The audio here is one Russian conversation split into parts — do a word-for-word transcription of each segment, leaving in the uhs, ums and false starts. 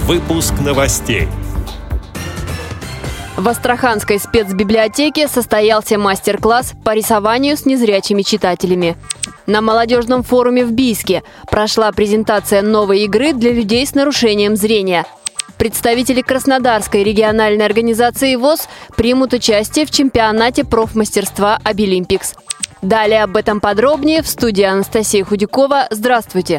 Выпуск новостей. В Астраханской спецбиблиотеке состоялся мастер-класс по рисованию с незрячими читателями. На молодежном форуме в Бийске прошла презентация новой игры для людей с нарушением зрения. Представители Краснодарской региональной организации ВОС примут участие в чемпионате профмастерства «Обилимпикс». Далее об этом подробнее в студии Анастасия Худякова. Здравствуйте!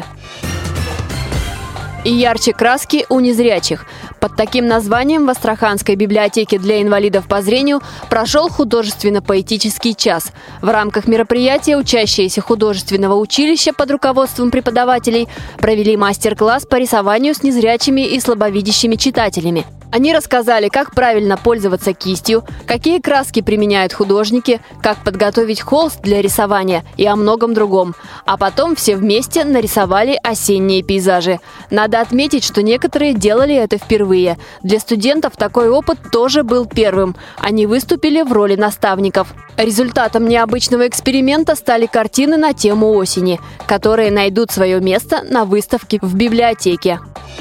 И ярче краски у незрячих. Под таким названием в Астраханской библиотеке для инвалидов по зрению прошел художественно-поэтический час. В рамках мероприятия учащиеся художественного училища под руководством преподавателей провели мастер-класс по рисованию с незрячими и слабовидящими читателями. Они рассказали, как правильно пользоваться кистью, какие краски применяют художники, как подготовить холст для рисования и о многом другом. А потом все вместе нарисовали осенние пейзажи. Надо отметить, что некоторые делали это впервые. Для студентов такой опыт тоже был первым. Они выступили в роли наставников. Результатом необычного эксперимента стали картины на тему осени, которые найдут свое место на выставке в библиотеке.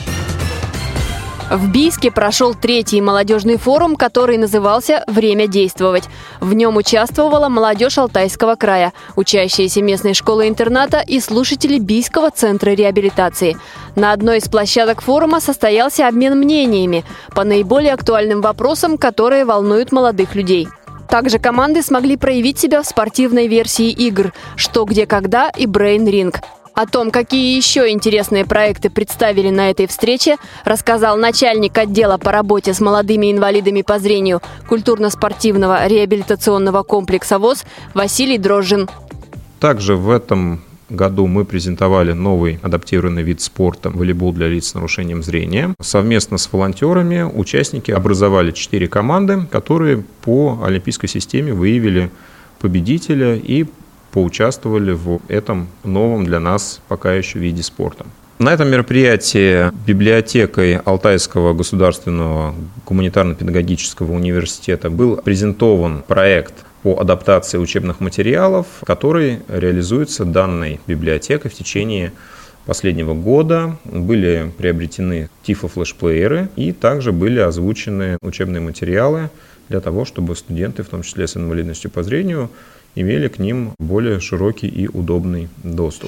В Бийске прошел третий молодежный форум, который назывался «Время действовать». В нем участвовала молодежь Алтайского края, учащиеся местной школы-интерната и слушатели Бийского центра реабилитации. На одной из площадок форума состоялся обмен мнениями по наиболее актуальным вопросам, которые волнуют молодых людей. Также команды смогли проявить себя в спортивной версии игр «Что, где, когда» и «Brain Ring». О том, какие еще интересные проекты представили на этой встрече, рассказал начальник отдела по работе с молодыми инвалидами по зрению культурно-спортивного реабилитационного комплекса ВОС Василий Дрожжин. Также в этом году мы презентовали новый адаптированный вид спорта – волейбол для лиц с нарушением зрения. Совместно с волонтерами участники образовали четыре команды, которые по олимпийской системе выявили победителя и поучаствовали в этом новом для нас пока еще виде спорта. На этом мероприятии библиотекой Алтайского государственного гуманитарно-педагогического университета был презентован проект по адаптации учебных материалов, который реализуется данной библиотекой в течение последнего года. Были приобретены тифлофлешплееры и также были озвучены учебные материалы для того, чтобы студенты, в том числе с инвалидностью по зрению, имели к ним более широкий и удобный доступ.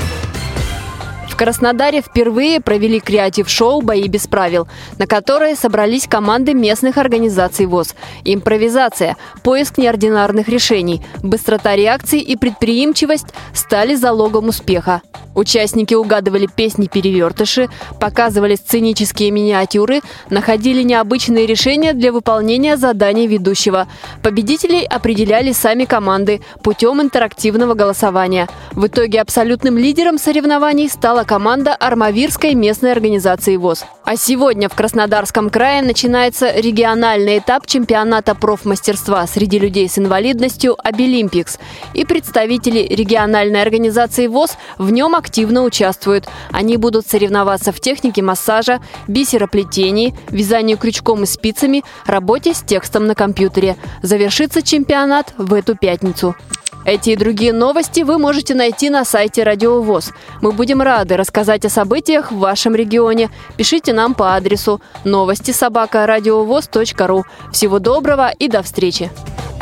В Краснодаре впервые провели креатив-шоу «Бои без правил», на которое собрались команды местных организаций ВОС. Импровизация, поиск неординарных решений, быстрота реакций и предприимчивость стали залогом успеха. Участники угадывали песни-перевертыши, показывали сценические миниатюры, находили необычные решения для выполнения заданий ведущего. Победителей определяли сами команды путем интерактивного голосования. В итоге абсолютным лидером соревнований стала команда Армавирской местной организации ВОС. А сегодня в Краснодарском крае начинается региональный этап чемпионата профмастерства среди людей с инвалидностью «Обилимпикс». И представители региональной организации ВОС в нем активно участвуют. Они будут соревноваться в технике массажа, бисероплетении, вязанию крючком и спицами, работе с текстом на компьютере. Завершится чемпионат в эту пятницу. Эти и другие новости вы можете найти на сайте Радио ВОС. Мы будем рады рассказать о событиях в вашем регионе. Пишите нам по адресу новости собака радиовос точка ру. Всего доброго и до встречи!